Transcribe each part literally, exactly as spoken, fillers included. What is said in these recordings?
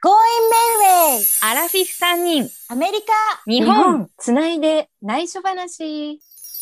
ゴーインメイウェイアラフィフさんにんアメリカ日本つないで内緒話。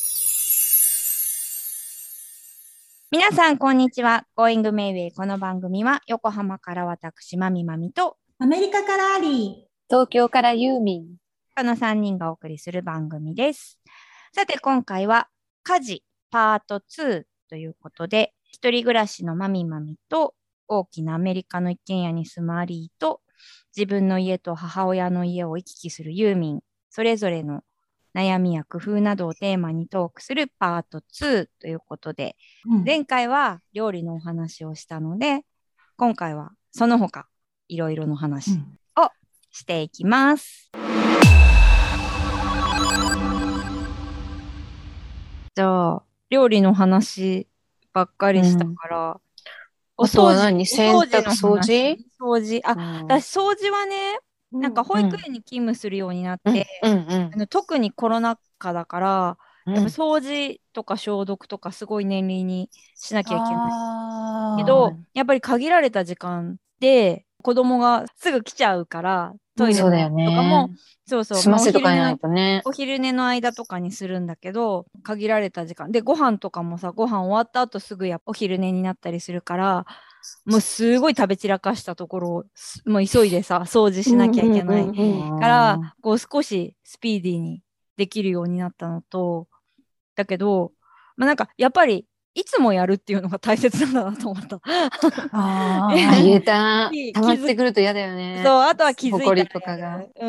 皆さんこんにちは。Going Mayway。この番組は横浜から私まみまみとアメリカからアリ東京からユーミン。 このさんにんがお送りする番組です。さて今回は家事パートツーということで、一人暮らしのまみまみと大きなアメリカの一軒家に住むアリーと自分の家と母親の家を行き来するユーミン、それぞれの悩みや工夫などをテーマにトークするパートツーということで、 ー、うん、 前回は料理のお話をしたので、今回はその他いろいろの話をしていきます。うん、じゃあ料理の話ばっかりしたから、 うん、あとは何？洗濯、掃除？ 掃除。あ、 うん、 私掃除はね、なんか保育園に勤務するようになって、 うんうんうん、 あの特にコロナ禍だから、やっぱ掃除とか消毒とかすごい念入りにしなきゃいけないけど、やっぱり限られた時間で子供がすぐ来ちゃうからトイレとかも、うん、そうそう、 済ませとかないとね。 お昼寝の間とかにするんだけど、限られた時間でご飯とかもさ、ご飯終わった後すぐやお昼寝になったりするから、もうすごい食べ散らかしたところをもう急いでさ掃除しなきゃいけないから、こう少しスピーディーにできるようになったのと、だけど、まあ、なんかやっぱりいつもやるっていうのが大切なんだなと思った。 ああ、言えた。溜まってくると嫌だよね。 そう、あとは気づいたら、 埃とかが。 うん、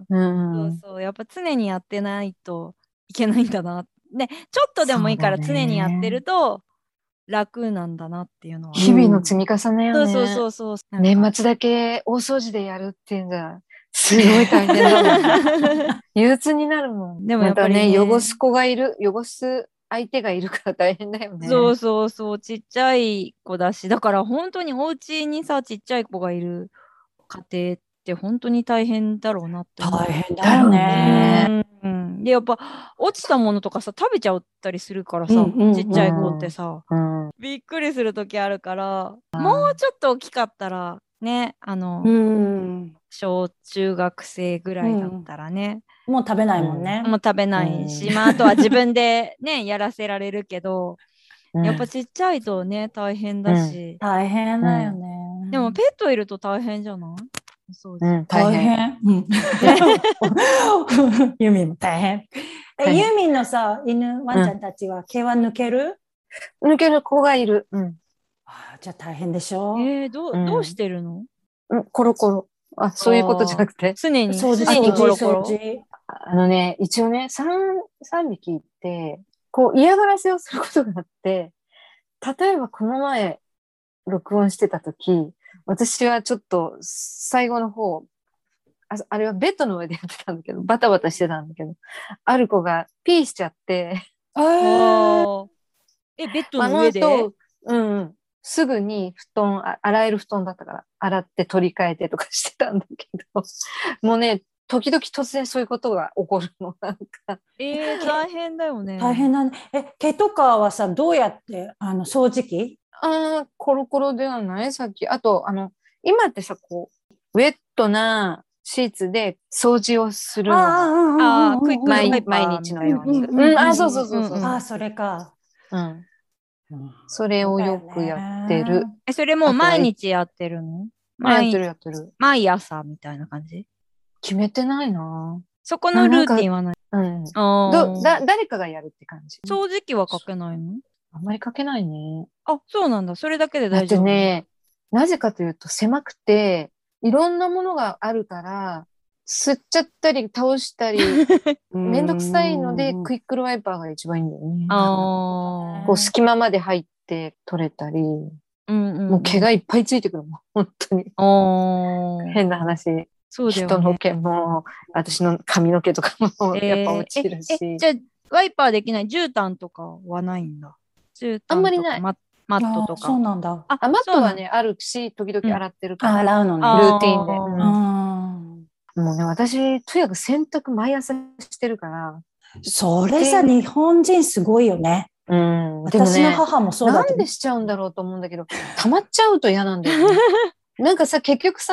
うん、そうそう、やっぱ常にやってないといけないんだな。ね、ちょっとでもいいから常にやってると楽なんだなっていうのは。 日々の積み重ねよね。 そうそうそうそう。 年末だけ大掃除でやるっていうんじゃすごい大変だもん。憂鬱になるもん。でもやっぱりね、またね、汚す子がいる、汚す相手がいるから大変だよね。 そうそうそう、ちっちゃい子だし、だから本当にお家にさ、ちっちゃい子がいる家庭って本当に大変だろうなって思う。 大変だよね。 うん、でやっぱ落ちたものとかさ食べちゃったりするからさ、うんうんうん、ちっちゃい子ってさ、うん、びっくりする時あるから、うん、もうちょっと大きかったらね、あの、うん、小中学生ぐらいだったらね、 うん、もう食べないもんね、 うん、もう食べないし、うん、まあ、あとは自分でねやらせられるけど、うん、やっぱちっちゃいとね大変だし、 うん、大変だよね、 うん、でもペットいると大変じゃない？そううん、大変。 ユーミンも大変。え、ユーミンのさ、犬、ワンちゃんたちは毛は抜ける？ 抜ける子がいる。うん、 あ、じゃあ大変でしょ。 えー、どう、どうしてるの？ うん、コロコロ。あ、そういうことじゃなくて。 常に掃除、 常にコロコロ。 あのね、一応ね、三、三匹いて、こう嫌がらせをすることがあって、例えばこの前、録音してた時、私はちょっと最後の方 あ, あれはベッドの上でやってたんだけど、バタバタしてたんだけど、ある子がピーしちゃって、 あえベッドの上で、 うん、すぐに布団、洗える布団だったから洗って取り替えてとかしてたんだけど、もうね時々突然そういうことが起こるの。なんかえー、大変だよね。 大変だね。え、毛とかはさ、どうやってあの掃除機？ あ、コロコロではない？さっきあとあの今ってさ、こうウェットなシーツで掃除をするのが、 あ、クイックワイパー毎日のように。うん、あ、そうそうそうそう。 あ、それか。 うん。それをよくやってる。 え、それもう毎日やってるの？ やってるやってる。 毎朝みたいな感じ？ 決めてないな。 そこのルーティンはない？ うん。どだ誰かがやるって感じ。 掃除機はかけないの？ あんまりかけないね。 あ、そうなんだ。それだけで大丈夫？ だってね、なぜかというと狭くていろんなものがあるから吸っちゃったり倒したりめんどくさいのでクイックルワイパーが一番いいんだよね。 あこう隙間まで入って取れたり、うんうんうん、もう毛がいっぱいついてくるもん本当に。あ変な話。そうだよね、人の毛も私の髪の毛とかもやっぱ落ちるし、 えー、じゃあワイパーできない？絨毯とかはないんだ？絨毯あんまりない。 ママットとか。 そうなんだ。 あ、マットはねあるし、時々洗ってるから、うん、 洗うのね、 ルーティンで、うん、もうね私とにかく洗濯毎朝してるから。 それさ日本人すごいよね。 うん、 私の母もそうだって、なんでしちゃうんだろうと思うんだけど、溜まっちゃうと嫌なんだよね。なんかさ結局さ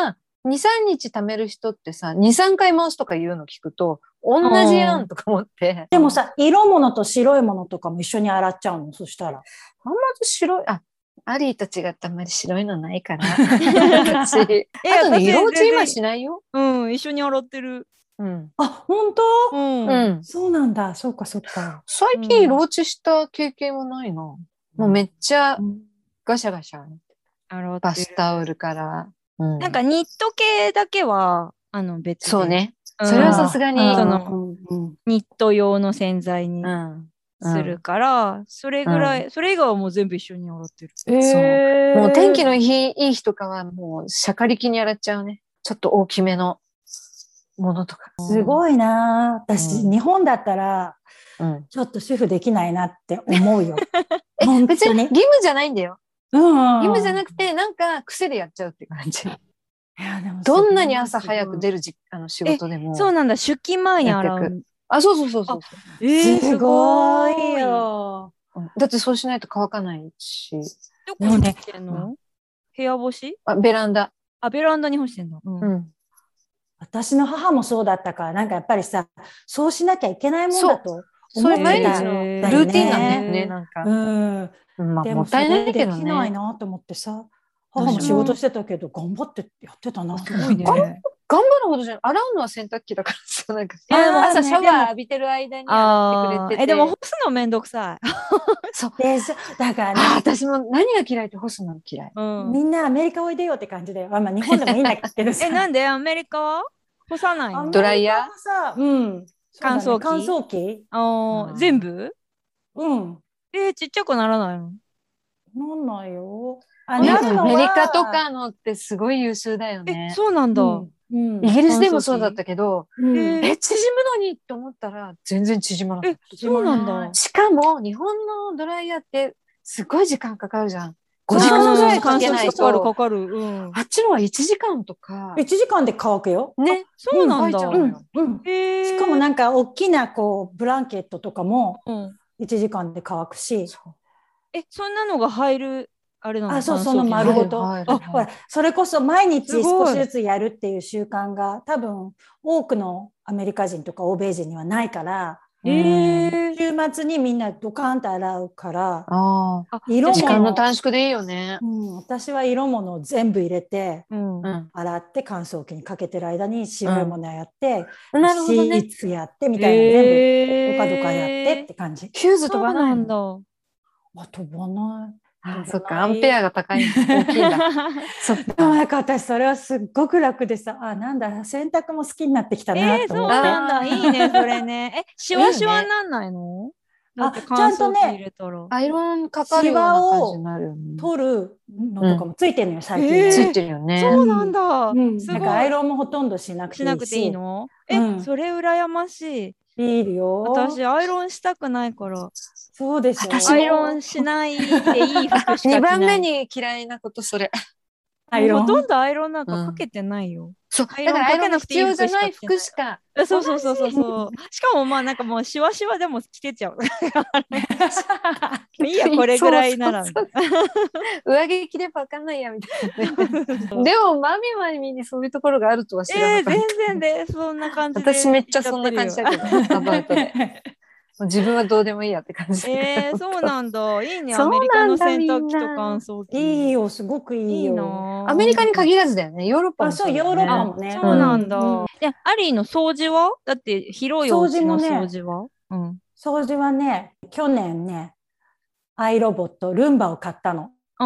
に、さんにち貯める人ってさ、に、さんかい回すとか言うの聞くと、同じやんとか思って。 でもさ、色物と白いものとかも一緒に洗っちゃうの、そしたら。 あんまり白い、あ、アリーと違ってあんまり白いのないから。私、あとね、色落ち今しないよ。 うん、一緒に洗ってる。 うん。 あ、本当？ うん。 うん。 そうなんだ。そうか、そうか。 最近色落ちした経験はないな。もうめっちゃガシャガシャ。 洗ってバスタオルから。うん、 なんかニット系だけは、あの別で。 そうね。それはさすがに、 その、ニット用の洗剤にするから、うん、それぐらい、うん、それ以外はもう全部一緒に洗ってる。 えー、そう。もう天気の日、いい日とかはもうシャカリキに洗っちゃうね。ちょっと大きめのものとか。 すごいな。私、うん、日本だったら、うん、ちょっと主婦できないなって思うよ。 え、別に義務じゃないんだよ。うん、義務じゃなくて、なんか癖でやっちゃうって感じ。いやでもどんなに朝早く出るじあの仕事でも。 そうなんだ、出勤前に洗う。 あ、そうそうそうそう。 えー、すごいよ。 だってそうしないと乾かないし。 どこに干してんの？部屋干し？ あ、ベランダ。 あ、ベランダに干してんの。うん。うん、 私の母もそうだったから、なんかやっぱりさ、そうしなきゃいけないもんだと思ってた。 毎日のルーティンなんだよね、なんか。うん。 まあ、でもそれできないなと思ってさ、母も仕事してたけど頑張ってやってたな。 すごいね。 頑張るほどじゃない。洗うのは洗濯機だからさ、なんか朝シャワー浴びてる間に洗ってくれてて。 え、でも干すのめんどくさい。 そうでしょ。だからね。 私も何が嫌いって干すの嫌い。 みんなアメリカおいでよって感じで、まあ日本でもいいんだけどさ。 え、なんでアメリカは干さないの？ ドライヤー？うん。 乾燥機？ 乾燥機？ ああ、全部？ うん。 えー、ちっちゃくならないの？ なんないよ。 アメリカとかのってすごい優秀だよね。 え、そうなんだ。うんうん、イギリスでもそうだったけど、うん、え、縮むのにって思ったら全然縮まなかった。 え、そうなんだ。 しかも日本のドライヤーってすごい時間かかるじゃん。ごじかんぐらいかけないと。 かかるかかる。うん、 あっちのはいちじかんとか。 いちじかんで乾くよ。 ね、そうなんだ。 うんうん、しかもなんか大きなこうブランケットとかもいちじかんで乾くし。 え、そんなのが入る。あれなの？ あ、そう、その丸ごと。あ、ほら、それこそ毎日少しずつやるっていう習慣が多分多くのアメリカ人とか欧米人にはないから、えー、週末にみんなドカーンと洗うから、 あ色時間の短縮でいいよね。 うん、私は色物を全部入れて、うん、洗って乾燥機にかけてる間に白いものやって、うん、シーツやってみたいな、全部ドカドカやってって感じ。 ヒューズ飛ばないんだ。 あ、飛ばない。 あ、そっか、アンペアが高いんだ。大きいんだ。 そっか。でもなんか私それはすっごく楽でさ、あ、なんだ、洗濯も好きになってきたなと思って。えー、 そうなんだ。いいね、それね。え、シワシワになんないの？ あ、ちゃんとね、 アイロンかかるような感じになるよね。 取るのとかもついてるのよ、最近。 ついてるよね。 そうなんだ。 なんかアイロンもほとんどしなくていいし。 しなくていいの？え、それ羨ましい。 いいよ。 私アイロンしたくないから。 そうでしょ。 アイロンしないでいい服しか着ない。 にばんめに嫌いなことそれ。 アイロンほとんどアイロンなんかかけてないよ。 そう。だからアイロンかけなくていい服じゃない服しか。 そうそうそうそうそう。しかもまあなんかもうシワシワでも着てちゃう。いいやこれぐらいなら。 上着着ればわかんないやみたいな。でもマミマミにそういうところがあるとは知らなかった。 えー、全然でそんな感じで。 私めっちゃそんな感じだけど。アバウトで。自分はどうでもいいやって感じ。 えー、そうなんだ。いいね。アメリカの洗濯機と乾燥機。 いいよ、すごくいいよ。いいな。 アメリカに限らずだよね。ヨーロッパもそう、ヨーロッパもね。 そうなんだ。いや、アリーの掃除は？だって広いお家の掃除は？ うん。掃除はね、去年ね、アイロボット、ルンバを買ったの。うん。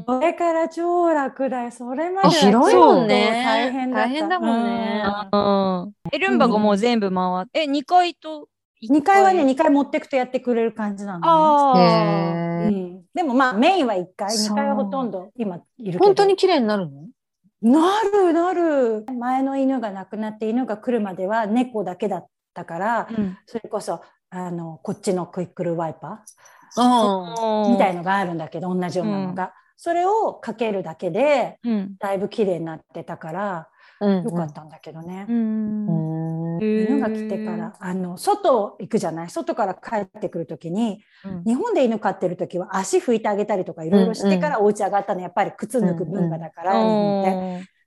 それから超楽だよ。それまでは広いもんね。 大変だった。 大変だもんね。 え、ルンバがもう全部回って、え、にかいとにかいはね、にかい持ってくとやってくれる感じなのね。うん、でもまあメインはいっかい、にかいはほとんど今いるけど。 本当に綺麗になるの？ なるなる。前の犬が亡くなって犬が来るまでは猫だけだったから、うん、それこそあのこっちのクイックルワイパーみたいのがあるんだけど、同じようなのが、うん、それをかけるだけで、うん、だいぶ綺麗になってたから、うん、よかったんだけどね。うんうん、犬が来てからあの外行くじゃない。外から帰ってくるときに、うん、日本で犬飼ってるときは足拭いてあげたりとかいろいろしてからお家上がったの、やっぱり靴脱ぐ文化だから、うんうん、日本って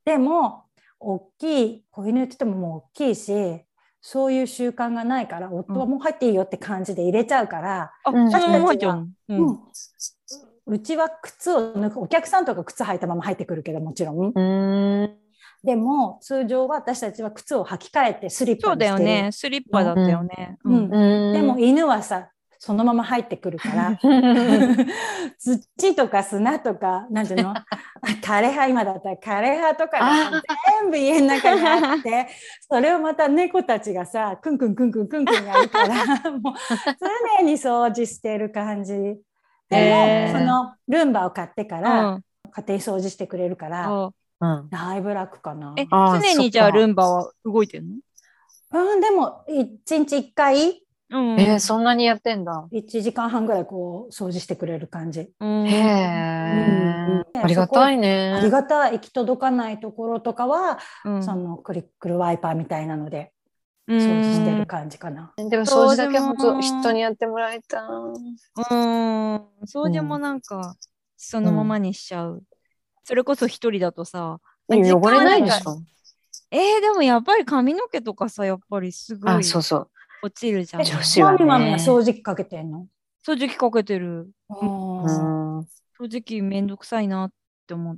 でも大きい子犬って言ってももう大きいし、そういう習慣がないから、夫はもう入っていいよって感じで入れちゃうから、 あ、 うんそのまま入っちゃうの、うんうん、うちは靴を脱く、お客さんとか靴履いたまま入ってくるけど、もちろん。 うーん。 でも通常は私たちは靴を履き替えてスリッパそうにしてる。 だよね。スリッパだったよね。 うんうんうん、でも犬はさ、そのまま入ってくるから土とか砂とか、なんていうの枯葉、今だったら枯葉とかが全部家の中にあってそれをまた猫たちがさクンクンクンクンクンクンやるからもう常に掃除してる感じ。でも、えー、そのルンバを買ってから、うん、家庭掃除してくれるから、うん、だいぶ楽かな。 え、常にじゃあルンバは動いてるの？ うん、でもいちにちいっかい、 うん、えー、そんなにやってんだ。 いちじかんはんぐらいこう掃除してくれる感じ。 へえ、うん、ありがたいね。 ありがたい。行き届かないところとかは、うん、そのクリックルワイパーみたいなので掃除してる感じかな。 でも掃除だけ本当人にやってもらえた。うん、 掃除もなんかそのままにしちゃう。うん、それこそ一人だとさ、 汚れないでしょ。 えー、でもやっぱり髪の毛とかさ、やっぱりすごいそうそう落ちるじゃん。 女子はね。 マミマミは掃除機かけてんの？ 掃除機かけてる。 うん、 掃除機めんどくさいなって思って。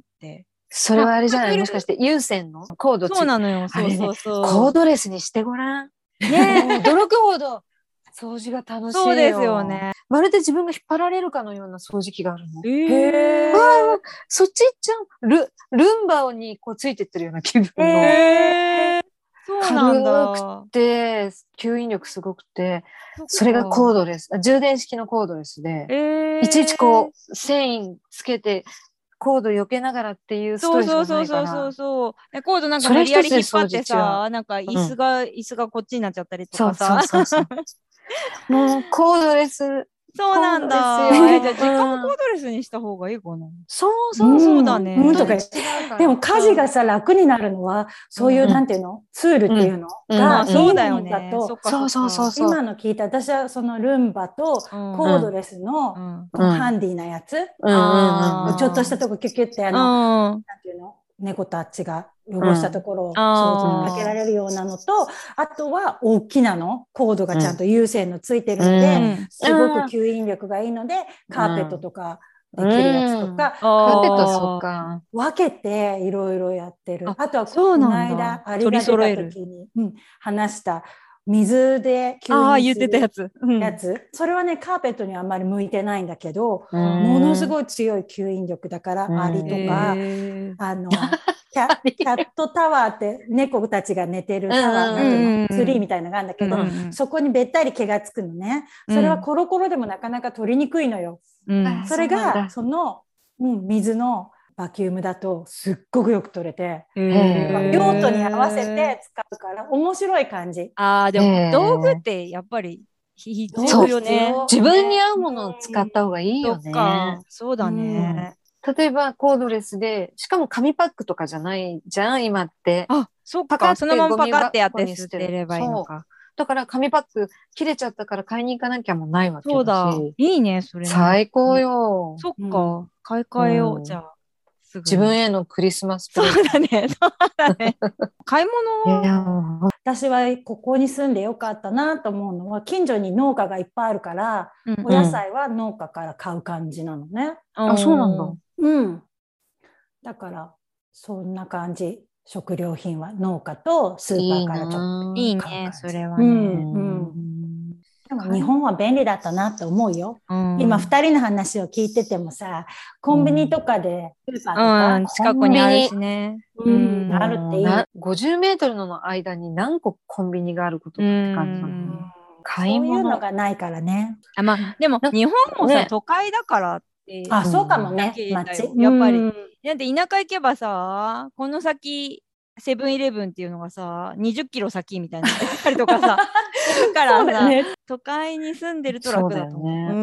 それはあれじゃない？もしかして有線のコードついて。 そうなのよ。そうそうそう。 ね、コードレスにしてごらん。ねえ、驚くほど掃除が楽しいよ。 そうですよね。 まるで自分が引っ張られるかのような掃除機があるの。 へー。 そっち行っちゃう。ル、ルンバにこうついてってるような気分の。 へー。そうなんだ。 軽くて吸引力すごくて、それがコードレス、充電式のコードレスで、えー、いちいちこう繊維つけてコード避けながらっていうストレスがないから。 そうそうそうそうそう。コードなんか無理やり引っ張ってさ、なんか椅子が、うん、椅子がこっちになっちゃったりとかさ。 そうそうそうそうもうコードレス。 そうなんだ。え、じゃあ実家もコードレスにした方がいいかな。 そうそうそうだね。 うん、とかでも家事がさ楽になるのはそういう、うん、なんていうのツールっていうの、うん、が、うん、 そうだよね。 そうそうそうそう。 今の聞いた私はそのルンバとコードレスの、うん、ハンディなやつ、うん、ちょっとしたとこキュキュってあの、なんていうの猫たちが汚したところを掃除にかけられるようなのと、うん、あとは大きなのコードがちゃんと有線のついてるので、うん、すごく吸引力がいいので、うん、カーペットとかできるやつとか、うん、カーペットそうか分けていろいろやってる。 あ, あとはこの間アリが出た時に、うん、話した水で吸引するやつ、うん、やつそれはねカーペットにはあんまり向いてないんだけど、ものすごい強い吸引力だから、アリとかあのキャ, キャットタワーって猫たちが寝てるタワー、なんていうの、ツリーみたいなのがあるんだけど、うんうん、そこにべったり毛がつくのね。それはコロコロでもなかなか取りにくいのよ、うん、それがその、うん、水のバキュームだとすっごくよく取れて、用途に合わせて使うから面白い感じ。 あーでも道具ってやっぱり必要よね。 自分に合うものを使った方がいいよね。 そっか、そうだね、 うん、例えばコードレスでしかも紙パックとかじゃないじゃん今って。 あ、そっか、そのままパカってやって捨てればいいのか。 だから紙パック切れちゃったから買いに行かなきゃもないわけだし。 そうだ、いいねそれね。 最高よ。 そっか、うん、買い替えよう、うん、じゃあ自分へのクリスマスプレゼント。そうだね、そうだね。買い物は私はここに住んでよかったなと思うのは、近所に農家がいっぱいあるから、うん、お野菜は農家から買う感じなのね。 うん、あ、そうなんだ。 うん。だからそんな感じ。食料品は農家とスーパーからちょっといいね、それはね。うんうんでも日本は便利だったなと思うよ、うん、今ふたりの話を聞いててもさ、コンビニとかでスーパーとか、 うん、近くにあるしね、 うんうん、あるっていい。 ごじゅうメートルの間に何個コンビニがあることって感じなの、うん、 買い物そういうのがないからね。 あ、まあ、でも日本もさ、ね、都会だからって、 あ、そうかもね、 街やっぱり、うん、だって田舎行けばさ、この先セブンイレブンっていうのがさにじゅっキロ先みたいなったりとかさだからさ、ね、都会に住んでると楽だと思う。そうだよね、うん、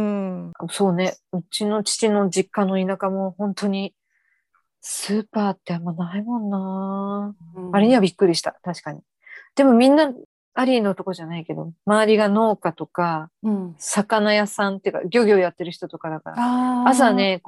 そうね、うちの父の実家の田舎も本当にスーパーってあんまないもんな、うん、あれにはびっくりした。確かに。でもみんなありのとこじゃないけど、周りが農家とか、うん、魚屋さんっていうか漁業やってる人とかだから、朝ねこう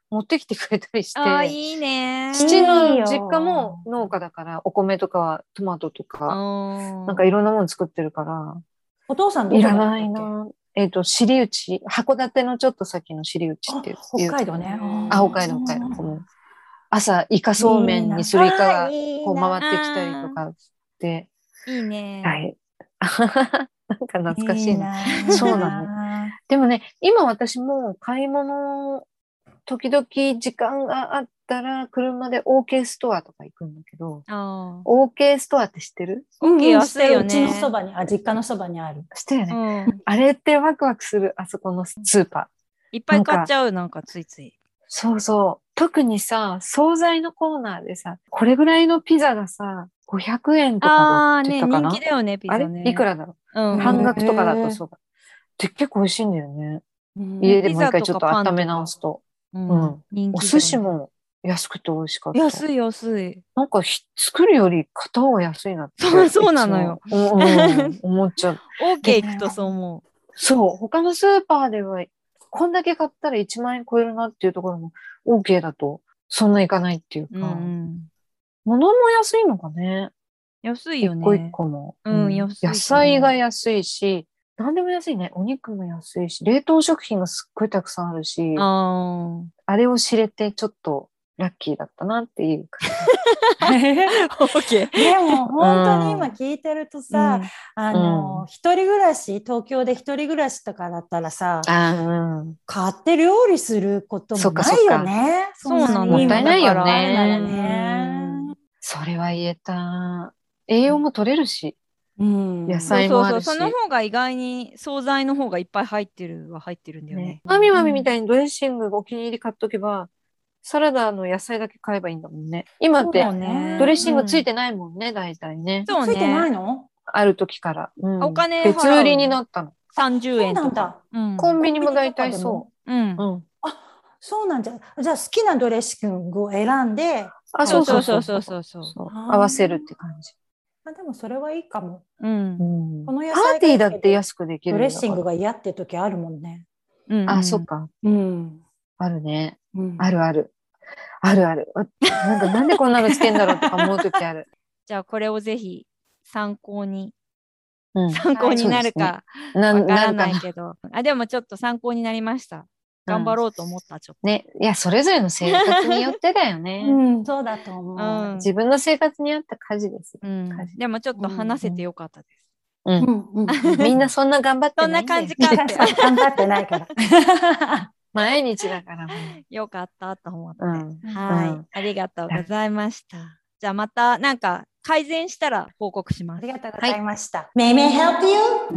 持ってきてくれたりして。 あ、いいね。 父の実家も農家だから、お米とかトマトとか、なんかいろんなもの作ってるから。 お父さんどこだったっけ？ いらないな。えっと、尻内、函館のちょっと先の尻内っていう。 北海道ね。 あ、北海道、北海道。朝、イカそうめんにするイカがこう回ってきたりとかって。 いいね。 はい。なんか懐かしいな。そうなの。でもね、今私も買い物、時々時間があったら車で OK ストアとか行くんだけど、OK ストアって知ってる？ OK 安いよね。 うちのそばに、あ、実家のそばにある。 知ってるよね、うん。あれってワクワクする、あそこのスーパー。 いっぱい買っちゃう、なんかついつい。 そうそう。特にさ、惣菜のコーナーでさ、これぐらいのピザがさ、ごひゃくえんとかで売ってたかな。 あーね、人気だよね、ピザね。 あれいくらだろう、うん、半額とかだとそうだ。で、結構美味しいんだよね。家でもう一回ちょっと温め直すと。うん。ね、お寿司も安くて美味しかった。 安い安い。 なんか作るより買った方が安いなって。 そう、そうなのよ。 うん、うん、思っちゃう。 OK 行くとそう思う。 そう、他のスーパーでは、こんだけ買ったらいちまんえん超えるなっていうところも OK だと、そんないかないっていうか。うん、物も安いのかね。 安いよね。 一個一個も。 うん、安い。 野菜が安いし、何でも安いね。お肉も安いし、冷凍食品がすっごいたくさんあるし、あ, あれを知れてちょっとラッキーだったなっていうか。 okay、でも本当に今聞いてるとさ、うん、あの、うん、一人暮らし、東京で一人暮らしとかだったらさ、うん、買って料理することもないよね。 そうなの、 もったいないよね。それは言えた。栄養も取れるし。うん、野菜もあるし。 そうそうそう、その方が意外に惣菜の方がいっぱい入ってるは入ってるんだよね。 マミマミみたいにドレッシングお気に入り買っとけば、サラダの野菜だけ買えばいいんだもんね。今ってドレッシングついてないもんね、うん、大体ね。 そうね。ついてないの？ ある時から。うん、 お金払う別売りになったの。 さんじゅうえんとか。 うん、コンビニも大体そう。 うん。うん、 あ、そうなんじゃ。じゃあ好きなドレッシングを選んで。 あ、そうそうそうそうそうそう。 合わせるって感じ。 あ、でもそれはいいかも。 うん。 この野菜パーティーだって安くできる。 ドレッシングが嫌って時あるもんね。 うん、あ、そっか。 うん。 あるね。うん、あるある。あるある。なんかなんでこんなのつけんだろうとか思う時ある。 じゃあこれをぜひ参考に、うん、参考になるかわからないけど、あ、でもちょっと参考になりました。頑張ろうと思った、ちょっと。 ね、いや、それぞれの生活によってだよね。 うん、そうだと思う、 うん。自分の生活に合った家事です。 うん、でもちょっと話せてよかったです。 うんうんうん、みんなそんな頑張ってないんだよ。 そんな感じかって。 頑張ってないから。 毎日だから。 よかったと思って。うん、はい、うん。ありがとうございました。じゃあまたなんか改善したら報告します。 ありがとうございました。May I help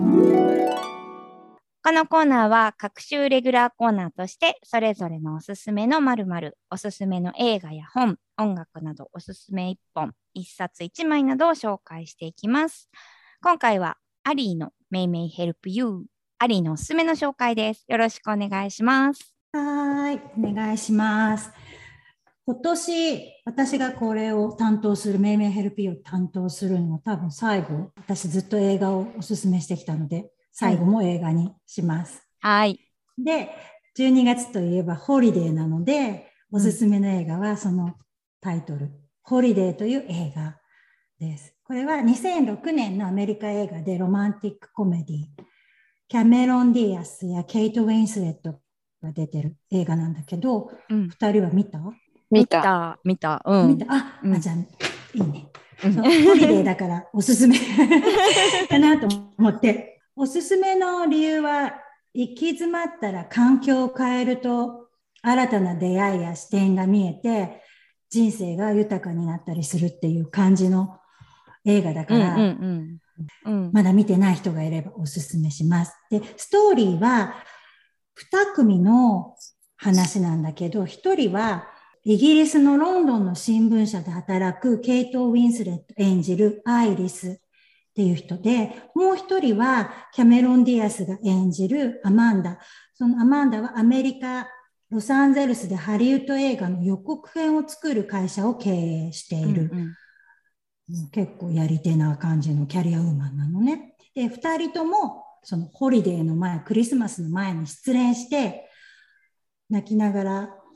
you? このコーナーは各週レギュラーコーナーとしてそれぞれのおすすめの〇〇、おすすめの映画や本、音楽などおすすめいっぽん、いっさついちまいなどを紹介していきます。今回はアリーの May I help you? アリーのおすすめの紹介です。よろしくお願いします。 はい、お願いします。今年私がこれを担当する May I help you を担当するのは多分最後、私ずっと映画をおすすめしてきたので最後も映画にします。 はい。 で、じゅうにがつといえばホリデーなので、おすすめの映画はそのタイトル、うん、ホリデーという映画です。これはにせんろくねんのアメリカ映画でロマンティックコメディ、キャメロン・ディアスやケイト・ウェインスレットが出てる映画なんだけど、うん、ふたりは見た？ 見た。見た。うん。 見た。あ、うん、あ、じゃあ、いいね。ホリデーだからおすすめかなと思って。おすすめの理由は、行き詰まったら環境を変えると新たな出会いや視点が見えて人生が豊かになったりするっていう感じの映画だから、うんうんうん、まだ見てない人がいればおすすめします。で、ストーリーはに組の話なんだけど、ひとりはイギリスのロンドンの新聞社で働くケイト・ウィンスレット演じるアイリスっていう人で、もう一人はキャメロン・ディアスが演じるアマンダ。そのアマンダはアメリカ、ロサンゼルスでハリウッド映画の予告編を作る会社を経営している。うんうん、結構やり手な感じのキャリアウーマンなのね。で、二人ともそのホリデーの前、クリスマスの前に失恋して、泣きながら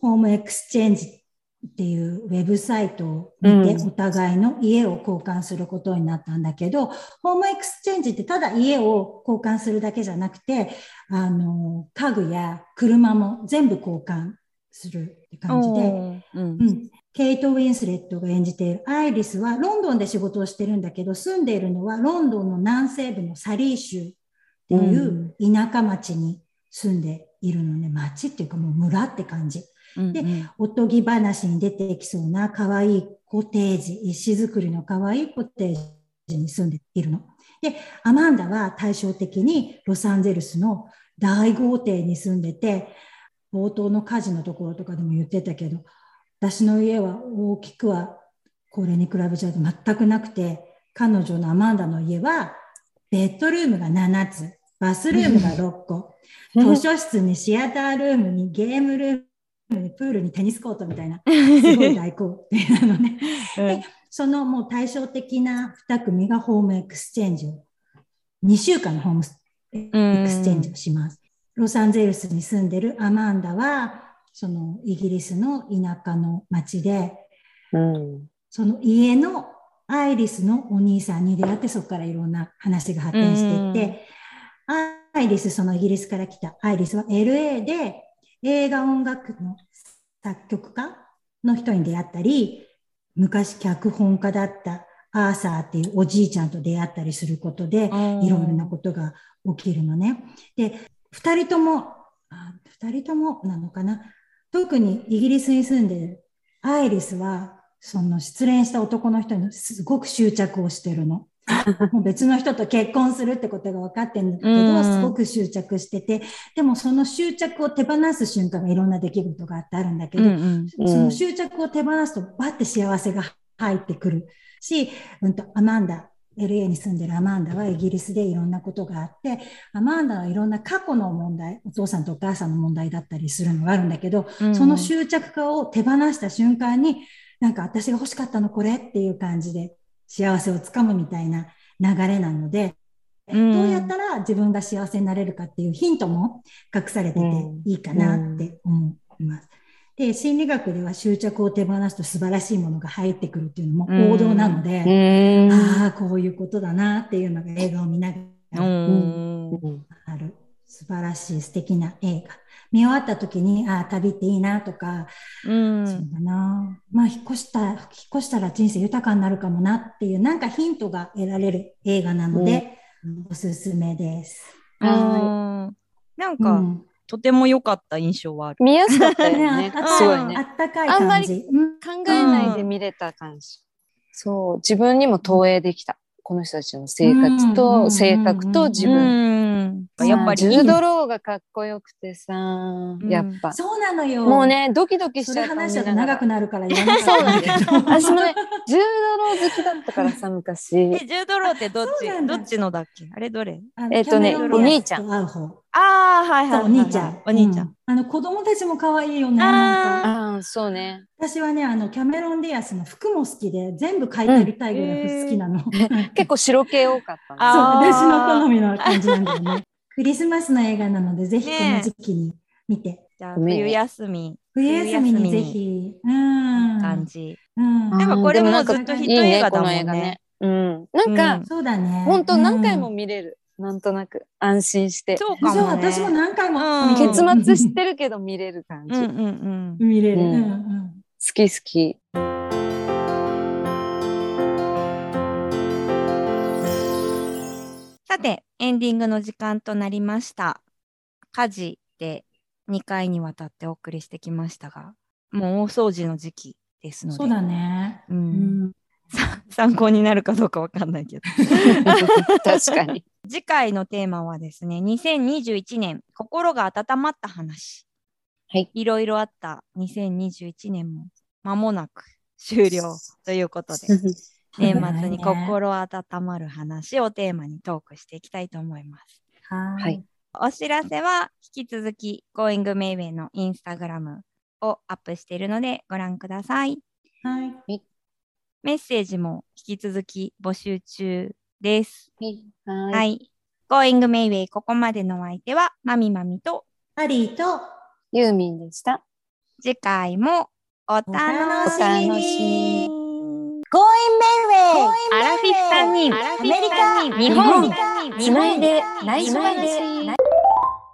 ホームエクスチェンジっていうウェブサイトを見て、お互いの家を交換することになったんだけど、ホームエクスチェンジってただ家を交換するだけじゃなくて、あの、家具や車も全部交換するって感じで、うんうん、ケイト・ウィンスレットが演じているアイリスはロンドンで仕事をしてるんだけど、住んでいるのはロンドンの南西部のサリー州っていう田舎町に住んでいるのね。町っていうかもう村って感じ。うんうん、で、おとぎ話に出てきそうな可愛いコテージ、石造りの可愛いコテージに住んでいるの。で、アマンダは対照的にロサンゼルスの大豪邸に住んでて、冒頭の火事のところとかでも言ってたけど、私の家は大きくはこれに比べちゃうと全くなくて、彼女のアマンダの家はベッドルームがななつ、バスルームがろっこ、図書室にシアタールームにゲームルームプールにテニスコートみたいな、すごい大豪邸なのね。で、そのもう対照的なに組がホームエクスチェンジを、にしゅうかんのホームエクスチェンジをします。ロサンゼルスに住んでるアマンダは、そのイギリスの田舎の町で、うん、その家のアイリスのお兄さんに出会って、そこからいろんな話が発展していって、アイリス、そのイギリスから来たアイリスは エルエー で映画音楽の作曲家の人に出会ったり、昔脚本家だったアーサーっていうおじいちゃんと出会ったりすることで、いろんなことが起きるのね。で、二人とも、二人ともなのかな。特にイギリスに住んでるアイリスは、その失恋した男の人にすごく執着をしてるの。もう別の人と結婚するってことが分かってるんだけど、すごく執着してて、でもその執着を手放す瞬間がいろんな出来事があってあるんだけど、うんうん、その執着を手放すとバッて幸せが入ってくるし、うんと、アマンダ、エルエー に住んでるアマンダはイギリスでいろんなことがあって、アマンダはいろんな過去の問題、お父さんとお母さんの問題だったりするのがあるんだけど、うん、その執着化を手放した瞬間に、なんか私が欲しかったのこれっていう感じで幸せをつかむみたいな流れなので、うん、どうやったら自分が幸せになれるかっていうヒントも隠されてていいかなって思います。で、心理学では執着を手放すと素晴らしいものが入ってくるっていうのも王道なので、うん、ああ、こういうことだなっていうのが映画を見ながら、うん、ある素晴らしい素敵な映画。見終わった時に、ああ、旅っていいなとか、うん、そうだな。まあ、引っ越した、引っ越したら人生豊かになるかもなっていう、なんかヒントが得られる映画なので、うん、おすすめです。 はい。なんか、うん、とても良かった印象はある。 見やすかったよね。 すごいね。あったかい感じ。あんまり考えないで見れた感じ。そう、自分にも投影できた。この人たちの生活と性格と自分。やっぱりジュード・ローがかっこよくてさ、やっぱ。 そうなのよ。 もうね、ドキドキしちゃう。 それ話しちゃうと長くなるから言わなかったんだけど。 私もね、ジュード・ロー好きだったからさ、昔。 え、ジュード・ローってどっちどっちのだっけあれどれえっとね、お兄ちゃん。 ああ、はいはい。 お兄ちゃん。 お兄ちゃん。 あの、子供たちも可愛いよね。ああ、そうね。 私はね、あの、キャメロン・ディアスの服も好きで、全部買い取りたいぐらい好きなの。 結構白系多かったね。 そう、私の好みの感じなんだよね。クリスマスの映画なので、ぜひこの時期に見て。 じゃあ、冬休み。 冬休みにぜひ。うん。 感じ。うん。なんかこれもずっとヒット映画だもんね。 うん。なんか、 そうだね。 本当何回も見れる。なんとなく安心して。 そうかもね。 そう、私も何回も結末知ってるけど見れる感じ。 うんうんうん。見れる。うんうん。 好き好き。 さて、エンディングの時間となりました。家事でにかいにわたってお送りしてきましたが、もう大掃除の時期ですので。 そうだね。 うん。参考になるかどうかわかんないけど。 確かに。 次回のテーマはですね、にせんにじゅういちねん、心が温まった話。 はい。 いろいろあったにせんにじゅういちねんも間もなく終了ということで、年末に心温まる話をテーマにトークしていきたいと思います。 はい。 お知らせは引き続き Going Mayway のインスタグラムをアップしているのでご覧ください。 はい。 メッセージも引き続き募集中です。 はい。 はい。Going Mayway ここまでのお相手はマミマミとハリーとユーミンでした。 次回もお楽しみに。 Going Mayway アラフィフさんにん、 アメリカ日本、 つないで内緒話。